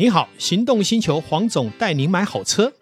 你好，行动星球黄总带您买好车。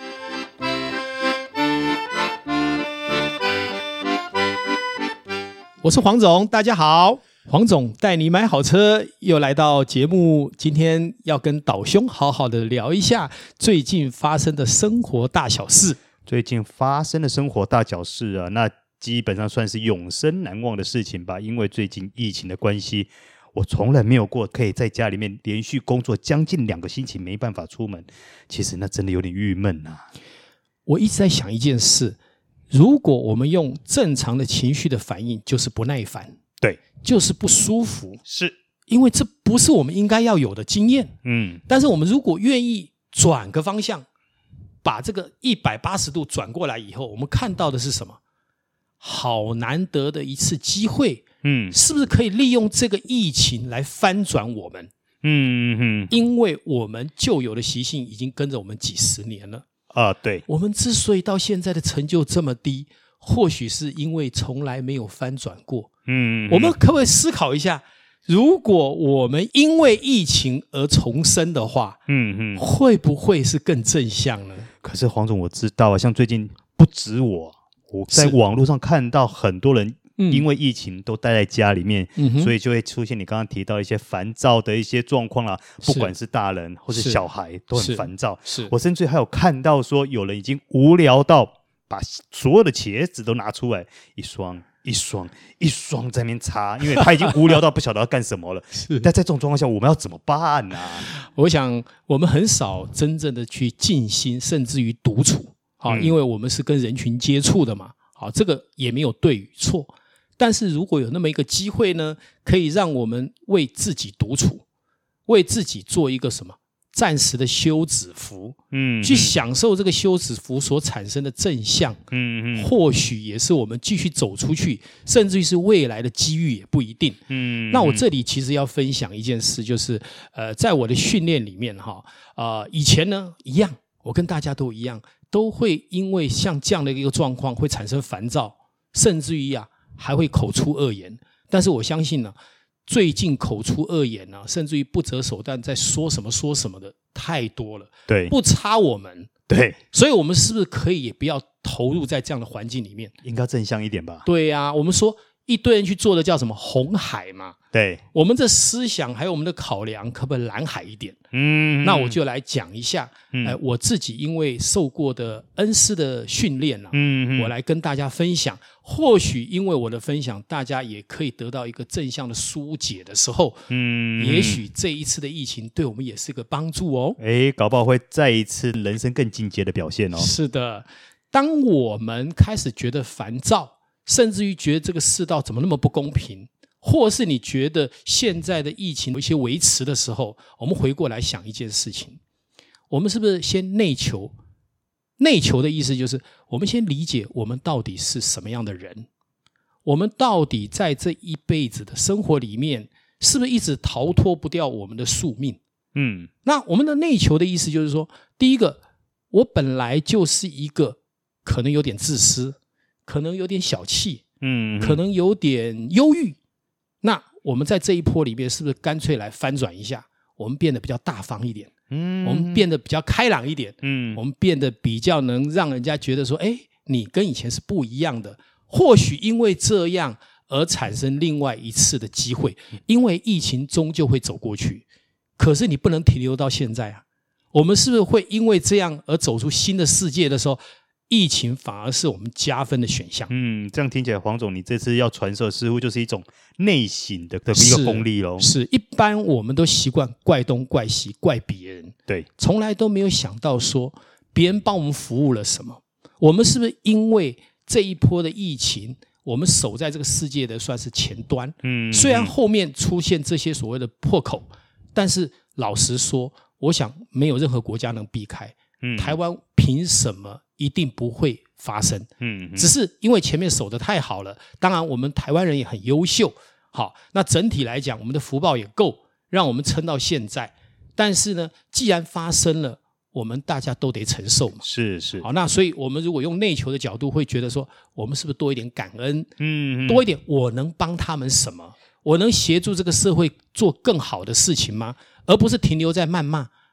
我是黄总，大家好。黄总带你买好车又来到节目，今天要跟导兄好好的聊一下最近发生的生活大小事。 最近发生的生活大小事啊，那基本上算是永生难忘的事情吧。因为最近疫情的关系，我从来没有过可以在家里面连续工作将近2个星期没办法出门，其实那真的有点郁闷啊。 我一直在想一件事，如果我们用正常的情绪的反应，就是不耐烦， 对， 就是不舒服， 是因为这不是我们应该要有的经验。但是我们如果愿意转个方向，把这个180度转过来以后，我们看到的是什么？好难得的一次机会，是不是可以利用这个疫情来翻转我们？因为我们旧有的习性已经跟着我们几十年了啊。对，我们之所以到现在的成就这么低，或许是因为从来没有翻转过。我们可不可以思考一下，如果我们因为疫情而重生的话，会不会是更正向呢？ 可是黄总，我知道啊，像最近不止我在网络上看到很多人因为疫情都待在家里面，所以就会出现你刚刚提到一些烦躁的一些状况啦，不管是大人或是小孩都很烦躁。我甚至还有看到说有人已经无聊到把所有的茄子都拿出来一双在那边擦，因为他已经无聊到不晓得要干什么了。但在这种状况下我们要怎么办呢？ 我想我们很少真正的去静心甚至于独处，因为我们是跟人群接触的嘛，这个也没有对与错。但是如果有那么一个机会呢，可以让我们为自己独处，为自己做一个什么暂时的休止符，去享受这个休止符所产生的正向，或许也是我们继续走出去，甚至于是未来的机遇也不一定。那我这里其实要分享一件事，就是在我的训练里面以前呢一样，我跟大家都一样，都会因为像这样的一个状况会产生烦躁，甚至于还会口出恶言。但是我相信呢，最近口出恶言甚至于不择手段在说什么说什么的太多了，对，不差我们，对，所以我们是不是可以也不要投入在这样的环境里面？应该正向一点吧？对啊，我们说一堆人去做的叫什么红海嘛，对，我们的思想还有我们的考量可不可以蓝海一点？那我就来讲一下，我自己因为受过的恩师的训练我来跟大家分享，或许因为我的分享，大家也可以得到一个正向的疏解的时候，也许这一次的疫情对我们也是个帮助哦。 搞不好会再一次人生更进阶的表现哦。 是的，当我们开始觉得烦躁，甚至于觉得这个世道怎么那么不公平，或是你觉得现在的疫情有一些维持的时候，我们回过来想一件事情，我们是不是先内求？内求的意思就是我们先理解我们到底是什么样的人，我们到底在这一辈子的生活里面是不是一直逃脱不掉我们的宿命？那我们的内求的意思就是说，第一个，我本来就是一个可能有点自私，可能有点小气，可能有点忧郁，那我们在这一波里面是不是干脆来翻转一下，我们变得比较大方一点，我们变得比较开朗一点，我们变得比较能让人家觉得说，你跟以前是不一样的，或许因为这样而产生另外一次的机会，因为疫情终究会走过去，可是你不能停留到现在啊。我们是不是会因为这样而走出新的世界的时候，疫情反而是我们加分的选项？ 这样听起来，黄总你这次要传授似乎就是一种内省的一个功力咯。 是，一般我们都习惯怪东怪西怪别人，对，从来都没有想到说别人帮我们服务了什么。我们是不是因为这一波的疫情，我们守在这个世界的算是前端，虽然后面出现这些所谓的破口，但是老实说，我想没有任何国家能避开，台湾凭什么一定不会发生？只是因为前面守得太好了，当然我们台湾人也很优秀，好，那整体来讲我们的福报也够让我们撑到现在，但是呢，既然发生了，我们大家都得承受嘛。是，好，那所以我们如果用内求的角度，会觉得说，我们是不是多一点感恩？多一点我能帮他们什么？我能协助这个社会做更好的事情吗？而不是停留在谩骂。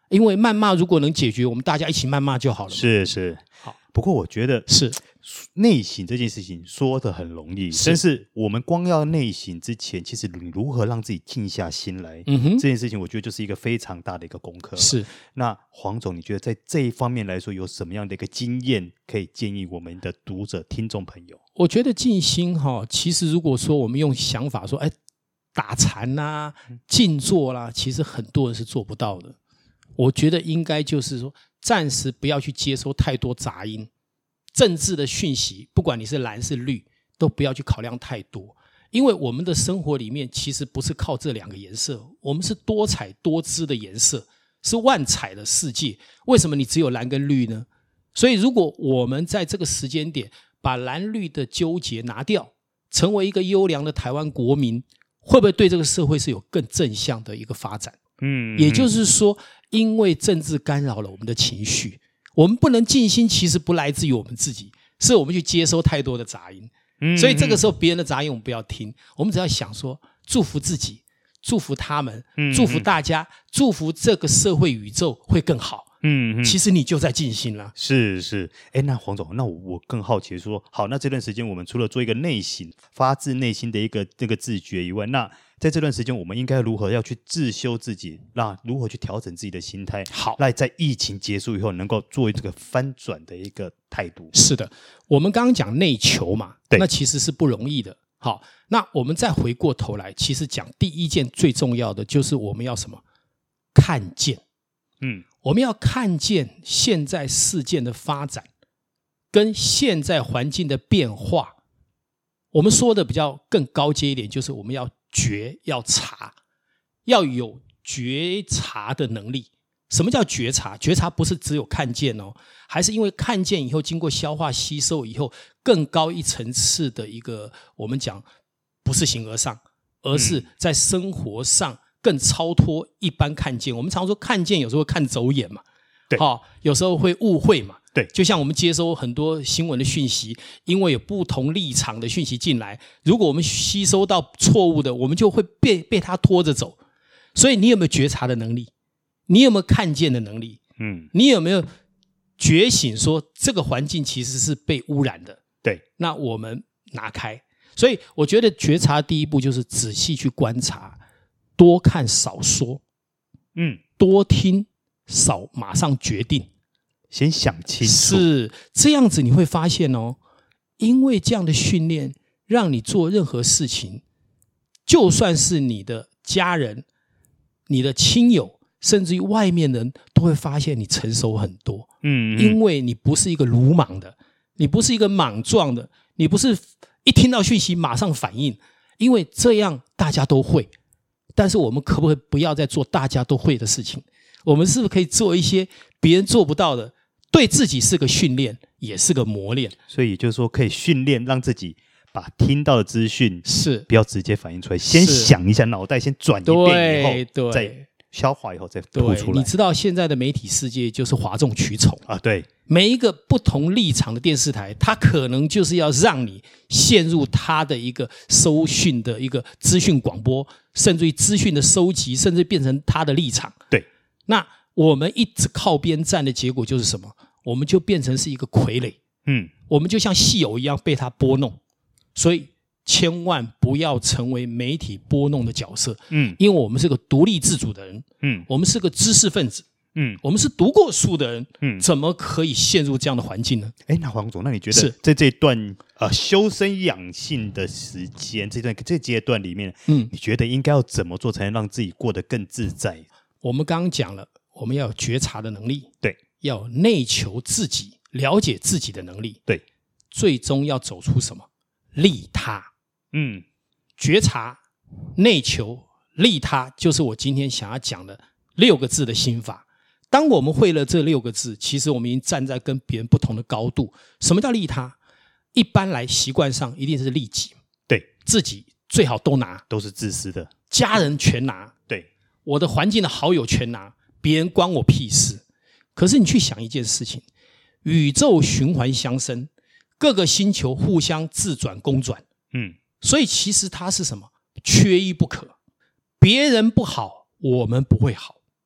因为谩骂如果能解决，我们大家一起谩骂就好了。 是。好，不过我觉得是内省这件事情说的很容易，但是我们光要内省之前，其实你如何让自己静下心来，这件事情我觉得就是一个非常大的一个功课。 是。 那黄总，你觉得在这一方面来说，有什么样的一个经验可以建议我们的读者、听众朋友？ 我觉得静心其实如果说我们用想法说，打禅啦、静坐啦，其实很多人是做不到的。我觉得应该就是说，暂时不要去接收太多杂音，政治的讯息，不管你是蓝是绿，都不要去考量太多。因为我们的生活里面其实不是靠这两个颜色，我们是多彩多姿的颜色，是万彩的世界。为什么你只有蓝跟绿呢？所以如果我们在这个时间点把蓝绿的纠结拿掉，成为一个优良的台湾国民，会不会对这个社会是有更正向的一个发展？也就是说，因为政治干扰了我们的情绪，我们不能静心，其实不来自于我们自己，是我们去接收太多的杂音。所以这个时候别人的杂音我们不要听，我们只要想说祝福自己，祝福他们，祝福大家，祝福这个社会宇宙会更好。其实你就在静心了。 是。那黄总，那我更好奇说，好，那这段时间我们除了做一个内省，发自内心的一个这个自觉以外，那在这段时间我们应该如何要去自修自己，那如何去调整自己的心态， 好， 来在疫情结束以后能够做这个翻转的一个态度？ 是的，我们刚刚讲内求嘛，那其实是不容易的。好，那我们再回过头来，其实讲第一件最重要的就是我们要什么？看见。我们要看见现在事件的发展跟现在环境的变化。我们说的比较更高阶一点，就是我们要觉，要察，要有觉察的能力。什么叫觉察？觉察不是只有看见哦，还是因为看见以后经过消化吸收以后更高一层次的一个，我们讲不是形而上，而是在生活上更超脱一般看见。我们常说看见有时候会看走眼嘛， 对， 有时候会误会嘛， 对， 就像我们接收很多新闻的讯息，因为有不同立场的讯息进来，如果我们吸收到错误的，我们就会被它拖着走。所以你有没有觉察的能力？你有没有看见的能力？你有没有觉醒说这个环境其实是被污染的？ 对， 那我们拿开。所以我觉得觉察第一步就是仔细去观察，多看少说，多听少马上决定， 先想清楚。 是这样子，你会发现哦，因为这样的训练，让你做任何事情，就算是你的家人、你的亲友，甚至于外面人都会发现你成熟很多。因为你不是一个鲁莽的，你不是一个莽撞的，你不是一听到讯息马上反应，因为这样大家都会。但是我们可不可以不要再做大家都会的事情？我们是不是可以做一些别人做不到的？对自己是个训练，也是个磨练。 所以就是说，可以训练让自己把听到的资讯是不要直接反映出来，先想一下，脑袋先转一遍以后，再消化以后再吐出来。 你知道现在的媒体世界就是哗众取宠啊，对， 每一个不同立场的电视台，它可能就是要让你陷入它的一个收讯的一个资讯广播，甚至于资讯的收集，甚至变成它的立场。 对， 那我们一直靠边站的结果就是什么？我们就变成是一个傀儡，我们就像戏偶一样被他拨弄。所以千万不要成为媒体拨弄的角色，因为我们是个独立自主的人，我们是个知识分子，我们是读过书的人，怎么可以陷入这样的环境呢？ 那黄总，那你觉得在这段修身养性的时间，这阶段里面，你觉得应该要怎么做才能让自己过得更自在？ 我们刚刚讲了，我们要有觉察的能力， 对， 要有内求自己、了解自己的能力， 对， 最终要走出什么？利他。觉察、内求、利他，就是我今天想要讲的6个字的心法。当我们会了这6个字，其实我们已经站在跟别人不同的高度。什么叫利他？一般来习惯上一定是利己， 对， 自己最好都拿， 都是自私的， 家人全拿， 对， 我的环境的好友全拿，别人关我屁事。可是你去想一件事情，宇宙循环相生，各个星球互相自转公转，所以其实它是什么？缺一不可。别人不好，我们不会好。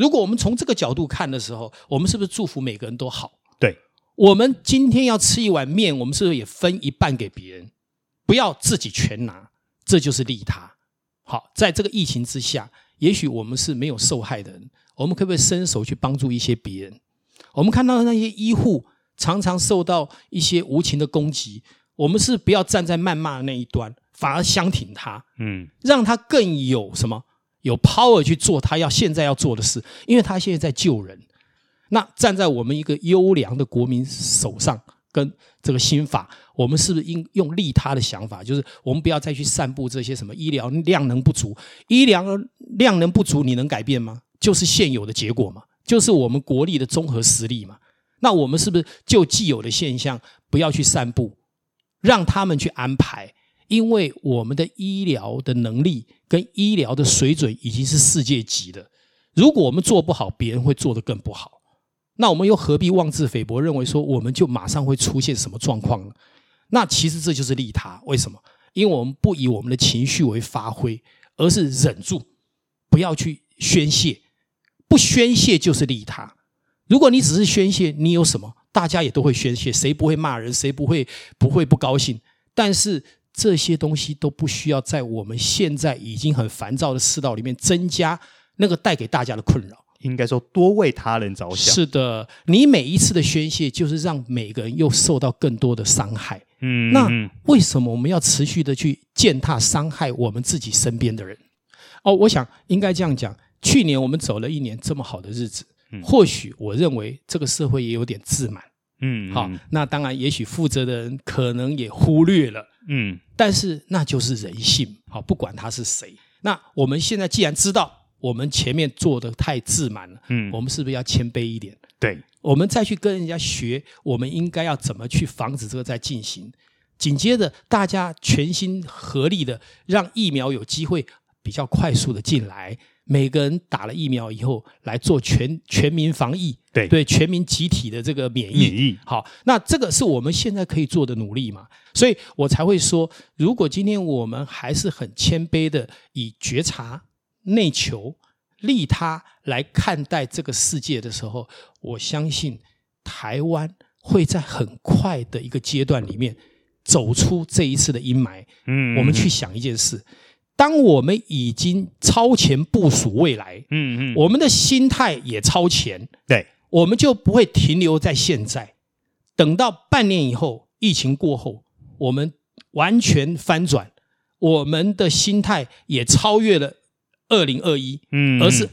如果我们从这个角度看的时候，我们是不是祝福每个人都好？ 对， 我们今天要吃一碗面，我们是不是也分一半给别人？不要自己全拿，这就是利他。好，在这个疫情之下，也许我们是没有受害的人，我们可不可以伸手去帮助一些别人？我们看到那些医护常常受到一些无情的攻击，我们是不要站在谩骂的那一端，反而相挺他，让他更有什么？有 power 去做他现在要做的事，因为他现在在救人。那站在我们一个优良的国民手上，跟这个心法，我们是不是应用利他的想法，就是我们不要再去散布这些什么医疗量能不足，医疗量能不足你能改变吗？就是现有的结果嘛，就是我们国力的综合实力嘛。那我们是不是就既有的现象不要去散布，让他们去安排？因为我们的医疗的能力跟医疗的水准已经是世界级的，如果我们做不好，别人会做得更不好。那我们又何必妄自菲薄，认为说我们就马上会出现什么状况呢？那其实这就是利他。为什么？因为我们不以我们的情绪为发挥，而是忍住，不要去宣泄。不宣泄就是利他。如果你只是宣泄，你有什么？大家也都会宣泄，谁不会骂人，谁不会不高兴？但是这些东西都不需要在我们现在已经很烦躁的世道里面增加那个带给大家的困扰。 应该说多为他人着想。 是的，你每一次的宣泄就是让每个人又受到更多的伤害。那为什么我们要持续的去践踏伤害我们自己身边的人？我想应该这样讲，去年我们走了一年这么好的日子，或许我认为这个社会也有点自满。好，那当然也许负责的人可能也忽略了。但是那就是人性。好，不管他是谁。那我们现在既然知道我们前面做的太自满了，我们是不是要谦卑一点？ 对， 我们再去跟人家学，我们应该要怎么去防止这个再进行。紧接着大家全心合力的让疫苗有机会比较快速的进来，每个人打了疫苗以后来做全民防疫，对全民集体的这个免疫。好，那这个是我们现在可以做的努力嘛？所以我才会说，如果今天我们还是很谦卑的以觉察、内求、利他来看待这个世界的时候，我相信台湾会在很快的一个阶段里面走出这一次的阴霾。我们去想一件事，当我们已经超前部署未来，我们的心态也超前， 对， 我们就不会停留在现在。等到半年以后，疫情过后，我们完全翻转，我们的心态也超越了2021，而是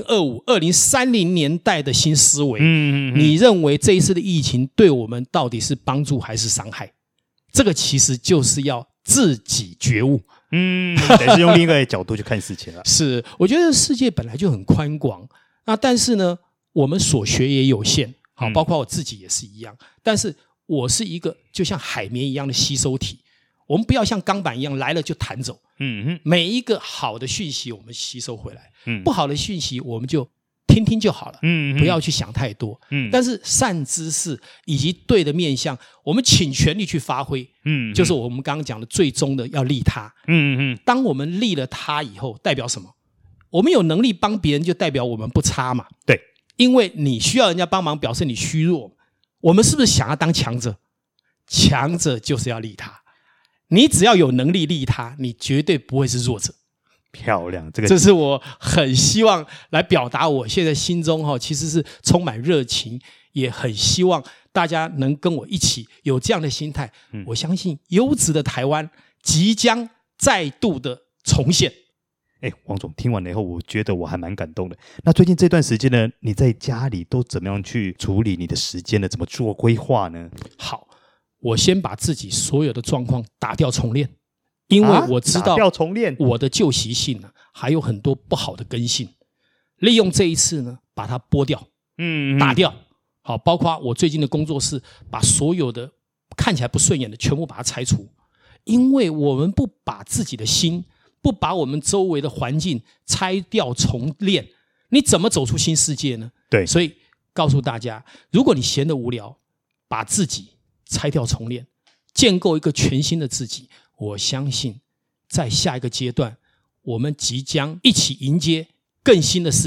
2025、2030年代的新思维。你认为这一次的疫情对我们到底是帮助还是伤害？这个其实就是要自己觉悟。 得是用另一个角度去看事情了。 是，我觉得世界本来就很宽广，那但是呢，我们所学也有限。好，包括我自己也是一样。但是我是一个就像海绵一样的吸收体，我们不要像钢板一样来了就弹走。每一个好的讯息我们吸收回来，不好的讯息我们就听听就好了，不要去想太多。但是善知识以及对的面向，我们请全力去发挥。就是我们刚刚讲的最终的要利他。当我们利了他以后，代表什么？我们有能力帮别人，就代表我们不差嘛。 对， 因为你需要人家帮忙，表示你虚弱。我们是不是想要当强者？强者就是要利他。你只要有能力利他，你绝对不会是弱者。 漂亮， 这是我很希望来表达我现在心中其实是充满热情，也很希望大家能跟我一起有这样的心态。我相信优质的台湾即将再度的重现。 王总听完了以后，我觉得我还蛮感动的。那最近这段时间呢，你在家里都怎么样去处理你的时间呢？怎么做规划呢？ 好，我先把自己所有的状况打掉重练，因为我知道我的旧习性还有很多不好的根性，利用这一次呢，把它剥掉，打掉。好，包括我最近的工作室，把所有的看起来不顺眼的全部把它拆除。因为我们不把自己的心，不把我们周围的环境拆掉重练，你怎么走出新世界呢？ 对， 所以告诉大家，如果你闲得无聊，把自己拆掉重练，建构一个全新的自己，我相信在下一个阶段，我们即将一起迎接更新的世界，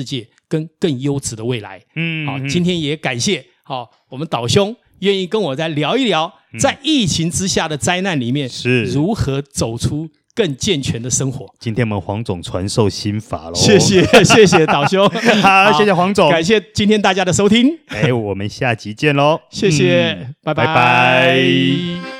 跟更优质的未来。好，今天也感谢我们导兄愿意跟我再聊一聊，在疫情之下的灾难里面是如何走出更健全的生活。 今天我们黄总传授心法咯， 谢谢导兄好，谢谢黄总， 感谢今天大家的收听， 我们下集见咯， 谢谢，拜拜。